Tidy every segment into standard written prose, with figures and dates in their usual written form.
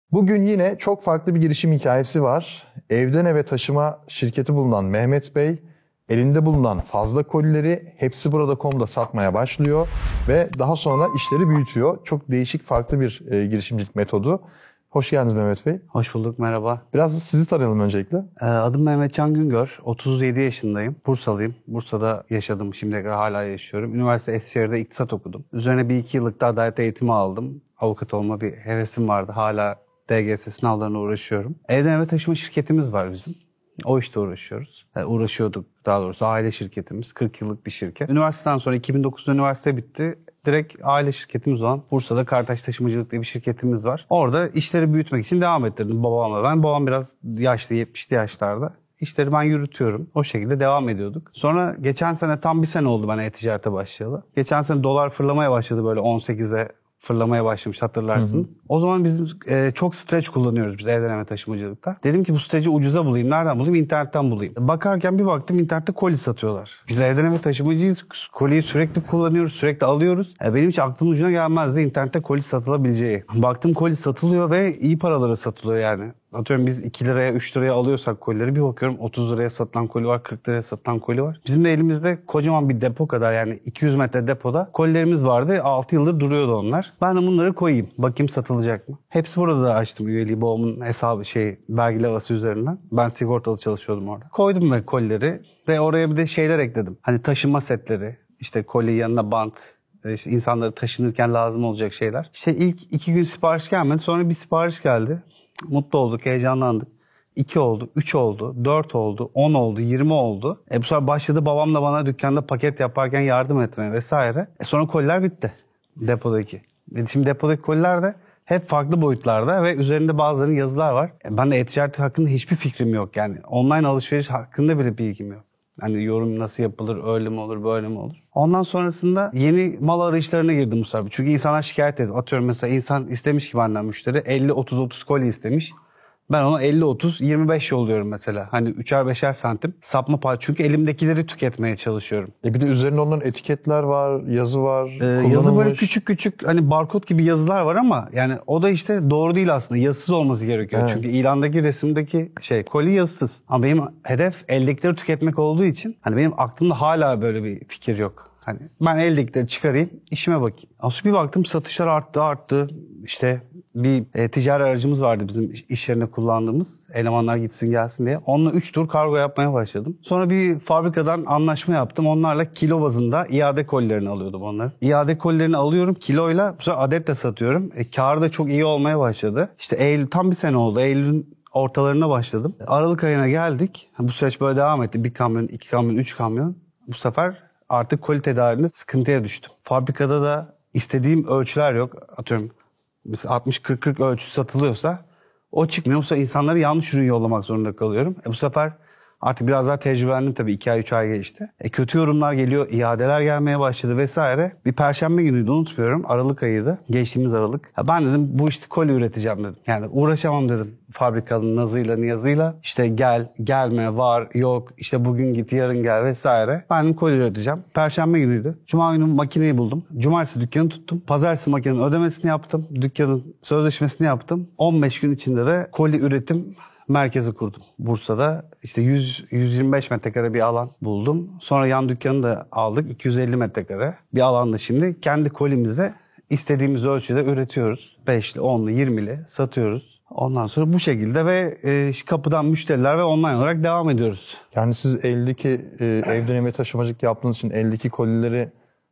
Bugün yine çok farklı bir girişim hikayesi var. Evden eve taşıma şirketi bulunan Mehmet Bey, elinde bulunan fazla kolileri hepsiburada.com'da satmaya başlıyor ve daha sonra işleri büyütüyor. Çok değişik, farklı bir girişimcilik metodu. Hoş geldiniz Mehmet Bey. Hoş bulduk, merhaba. Biraz sizi tanıyalım öncelikle. Adım Mehmet Can Güngör, 37 yaşındayım. Bursalıyım. Bursa'da yaşadım, şimdiye kadar hala yaşıyorum. Üniversite Eskişehir'de iktisat okudum. Üzerine 1-2 yıllık da adalet eğitimi aldım. Avukat olma bir hevesim vardı. Hala DGS sınavlarına uğraşıyorum. Evden eve taşıma şirketimiz var bizim. O işte uğraşıyoruz. Uğraşıyorduk daha doğrusu. Aile şirketimiz. 40 yıllık bir şirket. Üniversiteden sonra 2009'da üniversite bitti. Direkt aile şirketimiz olan Bursa'da Kartaş Taşımacılık diye bir şirketimiz var. Orada işleri büyütmek için devam ettirdim babamla ben. Babam biraz yaşlı, 70'li yaşlarda. İşleri ben yürütüyorum. O şekilde devam ediyorduk. Sonra geçen sene tam bir sene oldu ben e-ticarete başlayalı. Geçen sene dolar fırlamaya başladı, böyle 18'e fırlamaya başlamış, hatırlarsınız. Hı hı. O zaman bizim çok stretch kullanıyoruz biz evden eve taşımacılıkta. Dedim ki bu stretch'i ucuza bulayım. Nereden bulayım? İnternetten bulayım. Bakarken bir baktım internette koli satıyorlar. Biz evden eve taşımacıyız. Koliyi sürekli kullanıyoruz, sürekli alıyoruz. Benim hiç aklımın ucuna gelmezdi internette koli satılabileceği. Baktım koli satılıyor ve iyi paralara satılıyor yani. Atıyorum biz 2 liraya 3 liraya alıyorsak kolileri, bir bakıyorum 30 liraya satılan koli var, 40 liraya satılan koli var. Bizim de elimizde kocaman bir depo kadar, yani 200 metre depoda kolilerimiz vardı. 6 yıldır duruyordu onlar. Ben de bunları koyayım. Bakayım satılacak mı? Hepsi burada da açtım üyeliği, babamın hesabı vergi levhası üzerinden. Ben sigortalı çalışıyordum orada. Koydum ben kolileri ve oraya bir de şeyler ekledim. Hani taşınma setleri, işte koli yanına bant, işte insanları taşınırken lazım olacak şeyler. İşte ilk 2 gün sipariş gelmedi. Sonra bir sipariş geldi. Mutlu olduk, heyecanlandık. 2 oldu, 3 oldu, 4 oldu, 10 oldu, 20 oldu. Bu sefer başladı babam da bana dükkanda paket yaparken yardım etmeye vesaire. Sonra koliler bitti depodaki. Şimdi depodaki koliler de hep farklı boyutlarda ve üzerinde bazılarının yazılar var. Ben de e-ticaret hakkında hiçbir fikrim yok yani. Online alışveriş hakkında bile bilgim yok. Hani yorum nasıl yapılır, öyle mi olur, böyle mi olur? Ondan sonrasında yeni mal arayışlarına girdim bu sefer. Çünkü insanlar şikayet ediyor. Atıyorum mesela insan istemiş ki benden, müşteri 50-30-30 koli istemiş. Ben ona 50-30-25 yolluyorum mesela. Hani 3'er 5'er santim sapma pay. Çünkü elimdekileri tüketmeye çalışıyorum. Bir de üzerinde onların etiketler var, yazı var, yazı böyle küçük küçük hani barkod gibi yazılar var ama yani o da işte doğru değil aslında. Yazısız olması gerekiyor. Evet. Çünkü ilandaki resimdeki koli yazısız. Ama benim hedef eldekileri tüketmek olduğu için hani benim aklımda hala böyle bir fikir yok. Hani ben eldekileri çıkarayım, işime bakayım. Aslında bir baktım satışlar arttı. İşte bir ticari aracımız vardı bizim iş yerine kullandığımız. Elemanlar gitsin gelsin diye. Onunla 3 tur kargo yapmaya başladım. Sonra bir fabrikadan anlaşma yaptım. Onlarla kilo bazında iade kolilerini alıyordum onları. İade kolilerini alıyorum kiloyla, bu sefer adetle satıyorum. Kâr da çok iyi olmaya başladı. İşte Eylül, tam bir sene oldu. Eylül'ün ortalarına başladım. Aralık ayına geldik. Bu süreç böyle devam etti. 1 kamyon, 2 kamyon, 3 kamyon. Bu sefer artık koli tedarinde sıkıntıya düştüm. Fabrikada da istediğim ölçüler yok. Atıyorum mesela 60-40-40 ölçüsü satılıyorsa o çıkmıyor. Bu sefer insanlara yanlış ürün yollamak zorunda kalıyorum. Bu sefer artık biraz daha tecrübelendim tabii. 2 ay 3 ay geçti. Kötü yorumlar geliyor, iadeler gelmeye başladı vesaire. Bir perşembe günüydü, unutmuyorum. Aralık ayıydı. Geçtiğimiz Aralık. Ben dedim bu işte koli üreteceğim dedim. Yani uğraşamam dedim. Fabrikanın nazıyla niyazıyla. İşte gel, gelme, var, yok. İşte bugün git, yarın gel vesaire. Ben dedim koli üreteceğim. Perşembe günüydü. Cuma günü makineyi buldum. Cumartesi dükkanı tuttum. Pazartesi makinenin ödemesini yaptım. Dükkanın sözleşmesini yaptım. 15 gün içinde de koli üretim merkezi kurdum. Bursa'da işte 100-125 metrekare bir alan buldum. Sonra yan dükkanı da aldık. 250 metrekare bir alanda şimdi kendi kolimizde istediğimiz ölçüde üretiyoruz. 5'li, 10'lu, 20'li satıyoruz. Ondan sonra bu şekilde ve kapıdan müşteriler ve online olarak devam ediyoruz. Yani siz eldeki evden eve taşımacılık yaptığınız için eldeki kolileri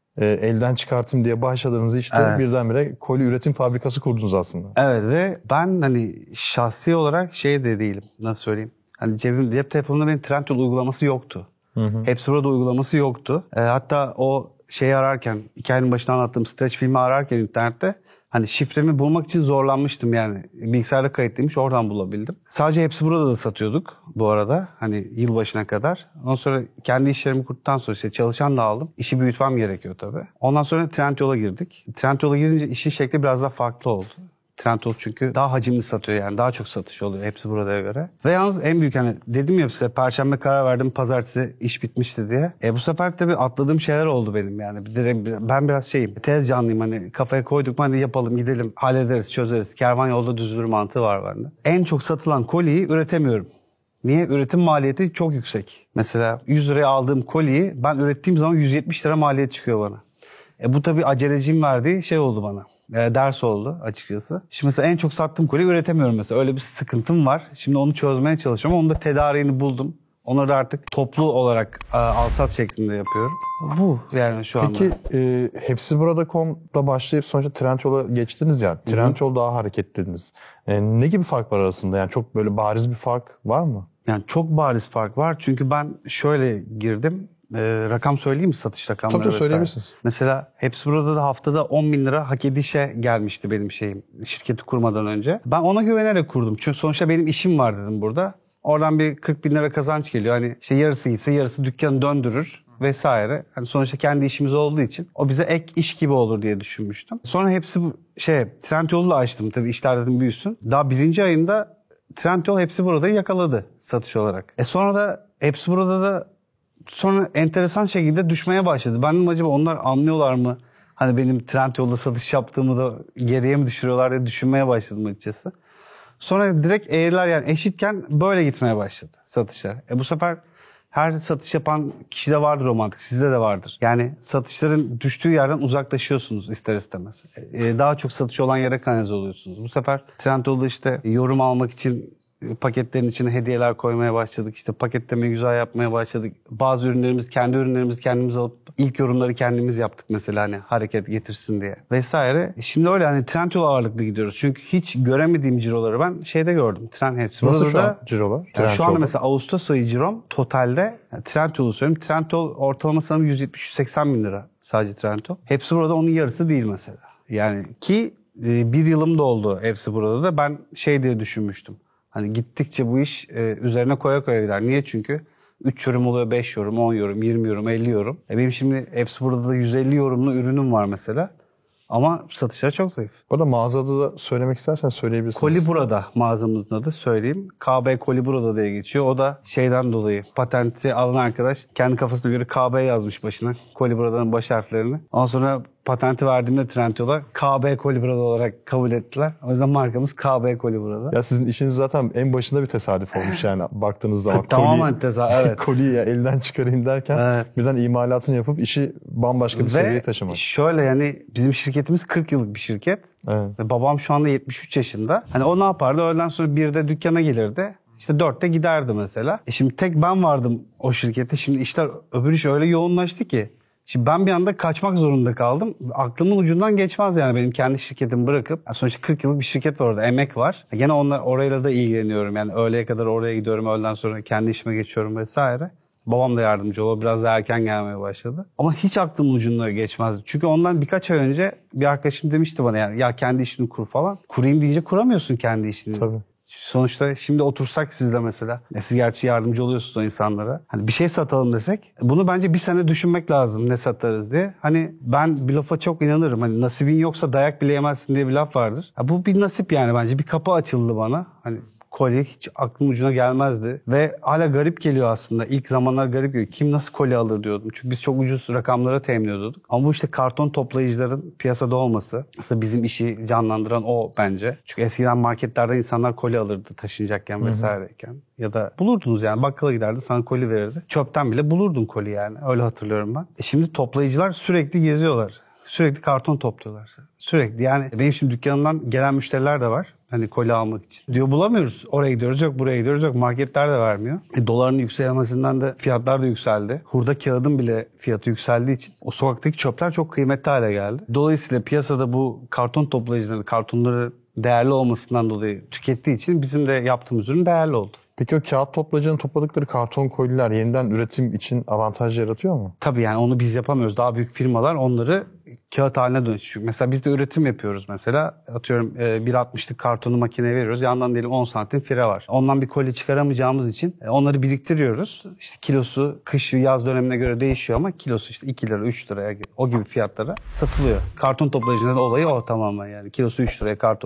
elden çıkartayım diye başladığınız işte evet. Birdenbire koli üretim fabrikası kurdunuz aslında. Evet ve ben hani şahsi olarak de değilim. Nasıl söyleyeyim? Hani cep telefonunda benim Trendyol uygulaması yoktu. Hepsiburada uygulaması yoktu. Hatta o ararken, hikayenin başında anlattığım Stretch filmi ararken internette hani şifremi bulmak için zorlanmıştım yani. Bilgisayarda kayıtlıymış, oradan bulabildim. Sadece Hepsiburada da satıyorduk bu arada. Hani yılbaşına kadar. Ondan sonra kendi işlerimi kurduktan sonra çalışan da aldım. İşi büyütmem gerekiyor tabii. Ondan sonra Trendyol'a girdik. Trendyol'a girince işin şekli biraz daha farklı oldu. Trendyol çünkü daha hacimli satıyor yani daha çok satış oluyor hepsi buradaya göre. Ve yalnız en büyük hani dedim ya size Perşembe karar verdim pazartesi iş bitmişti diye. Bu sefer tabii atladığım şeyler oldu benim yani. Ben biraz tez canlıyım hani kafaya koyduk hani yapalım gidelim hallederiz çözeriz. Kervan yolda düzülür mantığı var bende. En çok satılan koliyi üretemiyorum. Niye? Üretim maliyeti çok yüksek. Mesela 100 liraya aldığım koliyi ben ürettiğim zaman 170 lira maliyet çıkıyor bana. Bu tabii aceleciyim verdiği oldu bana. Ders oldu açıkçası. Şimdi mesela en çok sattığım koliyi üretemiyorum mesela. Öyle bir sıkıntım var. Şimdi onu çözmeye çalışıyorum. Onun da tedariğini buldum. Onları artık toplu olarak alsat şeklinde yapıyorum. Bu yani şu anda. Peki hepsiburada.com'da başlayıp sonuçta Trendyol'a geçtiniz ya. Trendyol daha hareketlediniz. Ne gibi fark var arasında? Yani çok böyle bariz bir fark var mı? Yani çok bariz fark var. Çünkü ben şöyle girdim. Rakam söyleyeyim mi satış rakamları? Tabii söyleyebilirsiniz. Mesela Hepsiburada da haftada 10 bin lira hak edişe gelmişti benim şirketi kurmadan önce. Ben ona güvenerek kurdum. Çünkü sonuçta benim işim var dedim burada. Oradan bir 40 bin lira kazanç geliyor. Hani yarısı gitse yarısı dükkanı döndürür vesaire. Hani sonuçta kendi işimiz olduğu için o bize ek iş gibi olur diye düşünmüştüm. Sonra Trendyol'u da açtım tabii işler dedim büyüsün. Daha birinci ayında Trendyol Hepsiburada'yı yakaladı satış olarak. Sonra da Hepsiburada da sonra enteresan şekilde düşmeye başladı. Ben dedim acaba onlar anlıyorlar mı? Hani benim Trendyol'da satış yaptığımı da geriye mi düşürüyorlar diye düşünmeye başladım açıkçası. Sonra direkt eğriler yani eşitken böyle gitmeye başladı satışlar. Bu sefer her satış yapan kişide vardır o mantık. Sizde de vardır. Yani satışların düştüğü yerden uzaklaşıyorsunuz ister istemez. Daha çok satış olan yere kanalize oluyorsunuz. Bu sefer Trendyol'da yorum almak için paketlerin içine hediyeler koymaya başladık. Paketlemeyi güzel yapmaya başladık. Bazı kendi ürünlerimizi kendimiz alıp ilk yorumları kendimiz yaptık mesela hani hareket getirsin diye vesaire. Şimdi öyle hani Trendyol ağırlıklı gidiyoruz. Çünkü hiç göremediğim ciroları ben gördüm. Nasıl şu an cirolar? Yani şu anda mesela Ağustos ayı cirom totalde Trendyol'u söyleyeyim. Trendyol ortalama sanırım 170-180 bin lira sadece Trendyol. Hepsi burada onun yarısı değil mesela. Yani ki bir yılım da oldu hepsi burada da ben diye düşünmüştüm. Hani gittikçe bu iş üzerine koya gider. Niye? Çünkü 3 yorum oluyor, 5 yorum, 10 yorum, 20 yorum, 50 yorum. Benim şimdi hepsi burada da 150 yorumlu ürünüm var mesela. Ama satışlar çok zayıf. Bu da mağazada da söylemek istersen söyleyebilirsiniz. Koliburada mağazamızın adı söyleyeyim. KB Koliburada diye geçiyor. O da dolayı patenti alan arkadaş kendi kafasına göre KB yazmış başına. Koliburada'nın baş harflerini. Ondan sonra patenti verdiğimde Trendyol'a KB Koliburada olarak kabul ettiler. O yüzden markamız KB Koliburada. Ya sizin işiniz zaten en başında bir tesadüf olmuş yani baktığınız zaman. Tamamen tesadüf, evet. Koliyi elden çıkarayım derken birden imalatını yapıp işi bambaşka bir seviyeye taşımak. Şöyle yani bizim şirketimiz 40 yıllık bir şirket. Evet. Ve babam şu anda 73 yaşında. Hani o ne yapardı? Öğleden sonra 1'de dükkana gelirdi. 4'te giderdi mesela. Şimdi tek ben vardım o şirkette. Şimdi öbür iş öyle yoğunlaştı ki. Şimdi ben bir anda kaçmak zorunda kaldım. Aklımın ucundan geçmez yani benim kendi şirketimi bırakıp. Sonuçta 40 yıllık bir şirket var orada. Emek var. Gene orayla da ilgileniyorum. Yani öğleye kadar oraya gidiyorum. Öğleden sonra kendi işime geçiyorum vesaire. Babam da yardımcı oldu. Biraz da erken gelmeye başladı. Ama hiç aklımın ucundan geçmezdi. Çünkü ondan birkaç ay önce bir arkadaşım demişti bana ya kendi işini kur falan. Kurayım deyince kuramıyorsun kendi işini. Tabii. Sonuçta şimdi otursak sizle mesela. Siz gerçi yardımcı oluyorsunuz o insanlara. Hani bir şey satalım desek. Bunu bence bir sene düşünmek lazım ne satarız diye. Hani ben bir lafa çok inanırım. Hani nasibin yoksa dayak bile yemezsin diye bir laf vardır. Bu bir nasip yani bence. Bir kapı açıldı bana. Hani kolye hiç aklım ucuna gelmezdi. Ve hala garip geliyor aslında. İlk zamanlar garip geliyor. Kim nasıl kolye alır diyordum. Çünkü biz çok ucuz rakamlara temin ediyorduk. Ama bu karton toplayıcıların piyasada olması. Aslında bizim işi canlandıran o bence. Çünkü eskiden marketlerden insanlar kolye alırdı taşınacakken vesaireyken. Ya da bulurdunuz yani bakkala giderdi sana koli verirdi. Çöpten bile bulurdun koli yani. Öyle hatırlıyorum ben. Şimdi toplayıcılar sürekli geziyorlar. Sürekli karton topluyorlar. Sürekli yani benim şimdi dükkanımdan gelen müşteriler de var. Hani koli almak için. Diyor bulamıyoruz. Oraya gidiyoruz yok, buraya gidiyoruz yok. Marketler de vermiyor. Doların yükselmesinden de fiyatlar da yükseldi. Hurda kağıdın bile fiyatı yükseldiği için o sokaktaki çöpler çok kıymetli hale geldi. Dolayısıyla piyasada bu karton toplayıcıları kartonları değerli olmasından dolayı tükettiği için bizim de yaptığımız ürün değerli oldu. Peki o kağıt toplayıcının topladıkları karton koliler yeniden üretim için avantaj yaratıyor mu? Tabii yani onu biz yapamıyoruz. Daha büyük firmalar onları kağıt haline dönüştürüyor. Mesela biz de üretim yapıyoruz mesela. Atıyorum 1.60'lık kartonu makineye veriyoruz. Yandan diyelim 10 santim fire var. Ondan bir koli çıkaramayacağımız için onları biriktiriyoruz. Kilosu kış ve yaz dönemine göre değişiyor ama kilosu 2 lira 3 liraya o gibi fiyatlara satılıyor. Karton toplayıcının olayı o tamamen yani. Kilosu 3 liraya kartonu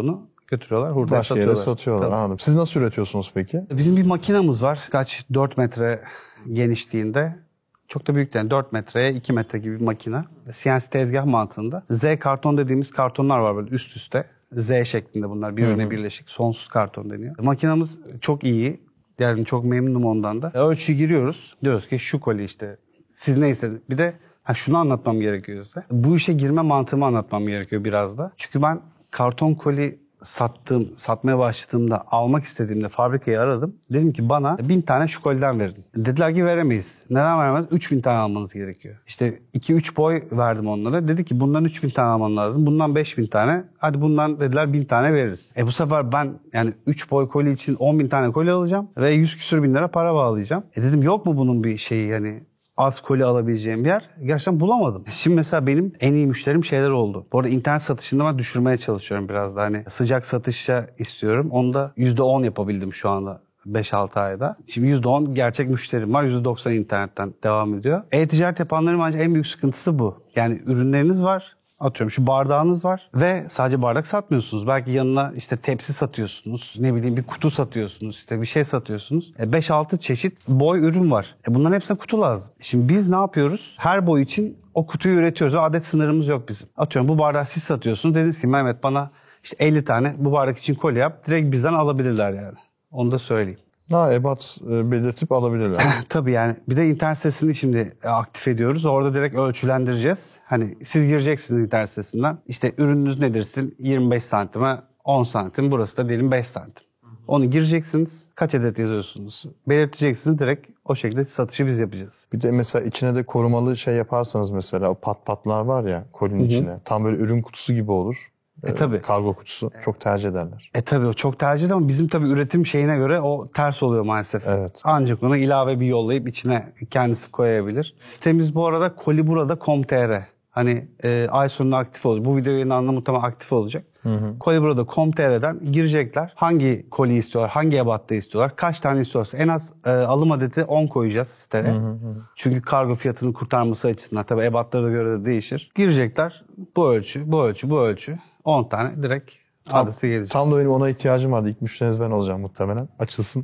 götürüyorlar, hurdaya Başka yere satıyorlar. satıyorlar. Tabii. Anladım. Siz nasıl üretiyorsunuz peki? Bizim bir makinamız var. 4 metre genişliğinde. Çok da büyük değil. 4 metreye 2 metre gibi bir makine. CNC tezgah mantığında. Z karton dediğimiz kartonlar var böyle üst üste. Z şeklinde bunlar birbirine birleşik. Sonsuz karton deniyor. Makinamız çok iyi. Yani çok memnunum ondan da. Ölçüyü giriyoruz. Diyoruz ki şu koli işte. Siz ne istediniz? Bir de şunu anlatmam gerekiyor size. Bu işe girme mantığımı anlatmam gerekiyor biraz da. Çünkü ben karton koli satmaya başladığımda, almak istediğimde fabrikayı aradım. Dedim ki bana 1000 tane şu koliden verin. Dediler ki veremeyiz. Neden veremeyiz? 3000 tane almanız gerekiyor. İşte 2-3 boy verdim onlara. Dedi ki bundan 3000 tane alman lazım. Bundan 5000 tane. Hadi bundan dediler 1000 tane veririz. Bu sefer ben yani 3 boy koli için 10.000 tane koli alacağım ve 100 küsür bin lira para bağlayacağım. Dedim yok mu bunun bir şeyi yani az koli alabileceğim bir yer? Gerçekten bulamadım. Şimdi mesela benim en iyi müşterim şeyler oldu. Bu arada internet satışında ben düşürmeye çalışıyorum biraz da. Hani sıcak satışa istiyorum. Onu da %10 yapabildim şu anda. 5-6 ayda. Şimdi %10 gerçek müşterim var. %90 internetten devam ediyor. E-ticaret yapanların bence en büyük sıkıntısı bu. Yani ürünleriniz var. Atıyorum şu bardağınız var ve sadece bardak satmıyorsunuz. Belki yanına işte tepsi satıyorsunuz. Ne bileyim bir kutu satıyorsunuz. İşte bir şey satıyorsunuz. 5-6 çeşit boy ürün var. Bunların hepsine kutu lazım. Şimdi biz ne yapıyoruz? Her boy için o kutuyu üretiyoruz. O adet sınırımız yok bizim. Atıyorum bu bardağı siz satıyorsunuz. Dediniz ki Mehmet bana işte 50 tane bu bardak için kolye yap. Direkt bizden alabilirler yani. Onu da söyleyeyim. Ebat belirtip alabilirler. Tabii yani bir de internet sitesini şimdi aktif ediyoruz. Orada direkt ölçülendireceğiz. Hani siz gireceksiniz internet sitesinden. İşte ürününüz nedirsin? 25 santime 10 santim. Burası da diyelim 5 santim. Onu gireceksiniz. Kaç adet yazıyorsunuz? Belirteceksiniz. Direkt o şekilde satışı biz yapacağız. Bir de mesela içine de korumalı şey yaparsanız mesela o patlar var ya kolinin içine. Tam böyle ürün kutusu gibi olur. Tabii. Kargo kutusu. Çok tercih ederler. Tabii o çok tercih edilir ama bizim tabii üretim şeyine göre o ters oluyor maalesef. Evet. Ancak ona ilave bir yollayıp içine kendisi koyabilir. Sitemiz bu arada koliburada.com.tr. Hani ay sonunda aktif olacak. Bu video yayınlandığında muhtemelen aktif olacak. Koliburada.com.tr'den girecekler. Hangi koli istiyorlar, hangi ebatta istiyorlar, kaç tane istiyorsa en az alım adeti 10 koyacağız siteye. Çünkü kargo fiyatını kurtarması açısından tabii ebatlara göre de değişir. Girecekler bu ölçü, bu ölçü, bu ölçü. 10 tane direkt adrese gelecek. Tam da benim ona ihtiyacım vardı. İlk müşteriniz ben olacağım muhtemelen. Açılsın.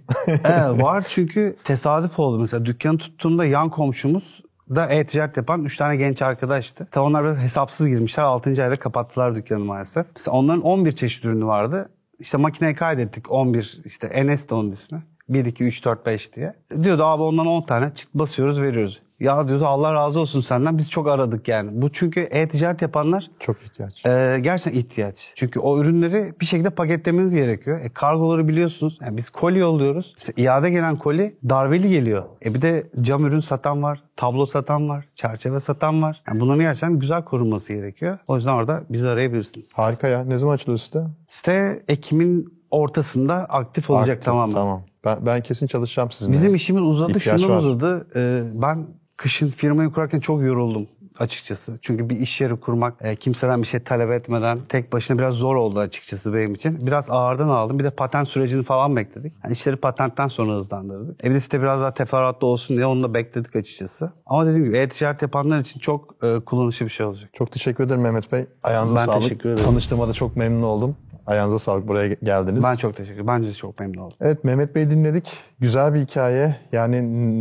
Var çünkü tesadüf oldu. Mesela dükkanı tuttuğumda yan komşumuz da e-ticaret yapan 3 tane genç arkadaştı. Tabii onlar biraz hesapsız girmişler. 6. ayda kapattılar dükkanı maalesef. Mesela onların 11 çeşit ürünü vardı. İşte makineye kaydettik 11 işte Enes de onun ismi. 1, 2, 3, 4, 5 diye. Diyordu abi ondan 10 tane çıt basıyoruz veriyoruz. Ya diyordu Allah razı olsun senden biz çok aradık yani. Bu çünkü e-ticaret yapanlar Çok ihtiyaç. gerçekten ihtiyaç. Çünkü o ürünleri bir şekilde paketlemeniz gerekiyor. Kargoları biliyorsunuz. Yani biz koli yolluyoruz. İşte iade gelen koli darbeli geliyor. Bir de cam ürün satan var, tablo satan var, çerçeve satan var. Yani bunların gerçekten güzel korunması gerekiyor. O yüzden orada bizi arayabilirsiniz. Harika ya. Ne zaman açılıyor site? Site Ekim'in ortasında aktif olacak Aktif, tamamen. Tamam. Ben kesin çalışacağım sizinle. Bizim işimiz uzadı, İhtiyaç şundan var. uzadı. Ben kışın firmayı kurarken çok yoruldum açıkçası. Çünkü bir iş yeri kurmak kimseden bir şey talep etmeden tek başına biraz zor oldu açıkçası benim için. Biraz ağırdan aldım. Bir de patent sürecini falan bekledik. Yani işleri patentten sonra hızlandırdık. Bir de site biraz daha teferruatlı olsun diye onu da bekledik açıkçası. Ama dediğim gibi e-ticaret yapanlar için çok kullanışlı bir şey olacak. Çok teşekkür ederim Mehmet Bey. Ayağınıza Ben sağlık. teşekkür ederim. Tanıştığıma da çok memnun oldum. Ayağınıza sağlık, buraya geldiniz. Ben çok teşekkür ederim. Bence de çok memnun oldum. Evet, Mehmet Bey dinledik. Güzel bir hikaye. Yani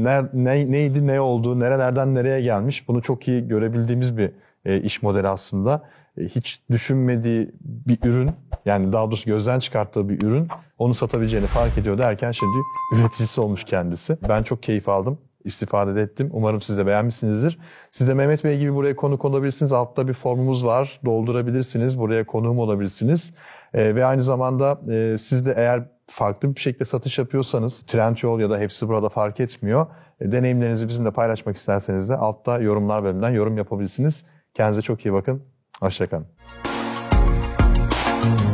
neydi, ne oldu, nerelerden nereye gelmiş bunu çok iyi görebildiğimiz bir iş modeli aslında. Hiç düşünmediği bir ürün, yani daha doğrusu gözden çıkarttığı bir ürün onu satabileceğini fark ediyor derken şimdi üreticisi olmuş kendisi. Ben çok keyif aldım. İstifade de ettim. Umarım siz de beğenmişsinizdir. Siz de Mehmet Bey gibi buraya konuk olabilirsiniz. Altta bir formumuz var. Doldurabilirsiniz. Buraya konuğum olabilirsiniz. Ve aynı zamanda siz de eğer farklı bir şekilde satış yapıyorsanız Trendyol ya da hepsi burada fark etmiyor. Deneyimlerinizi bizimle paylaşmak isterseniz de altta yorumlar bölümünden yorum yapabilirsiniz. Kendinize çok iyi bakın. Hoşça kalın.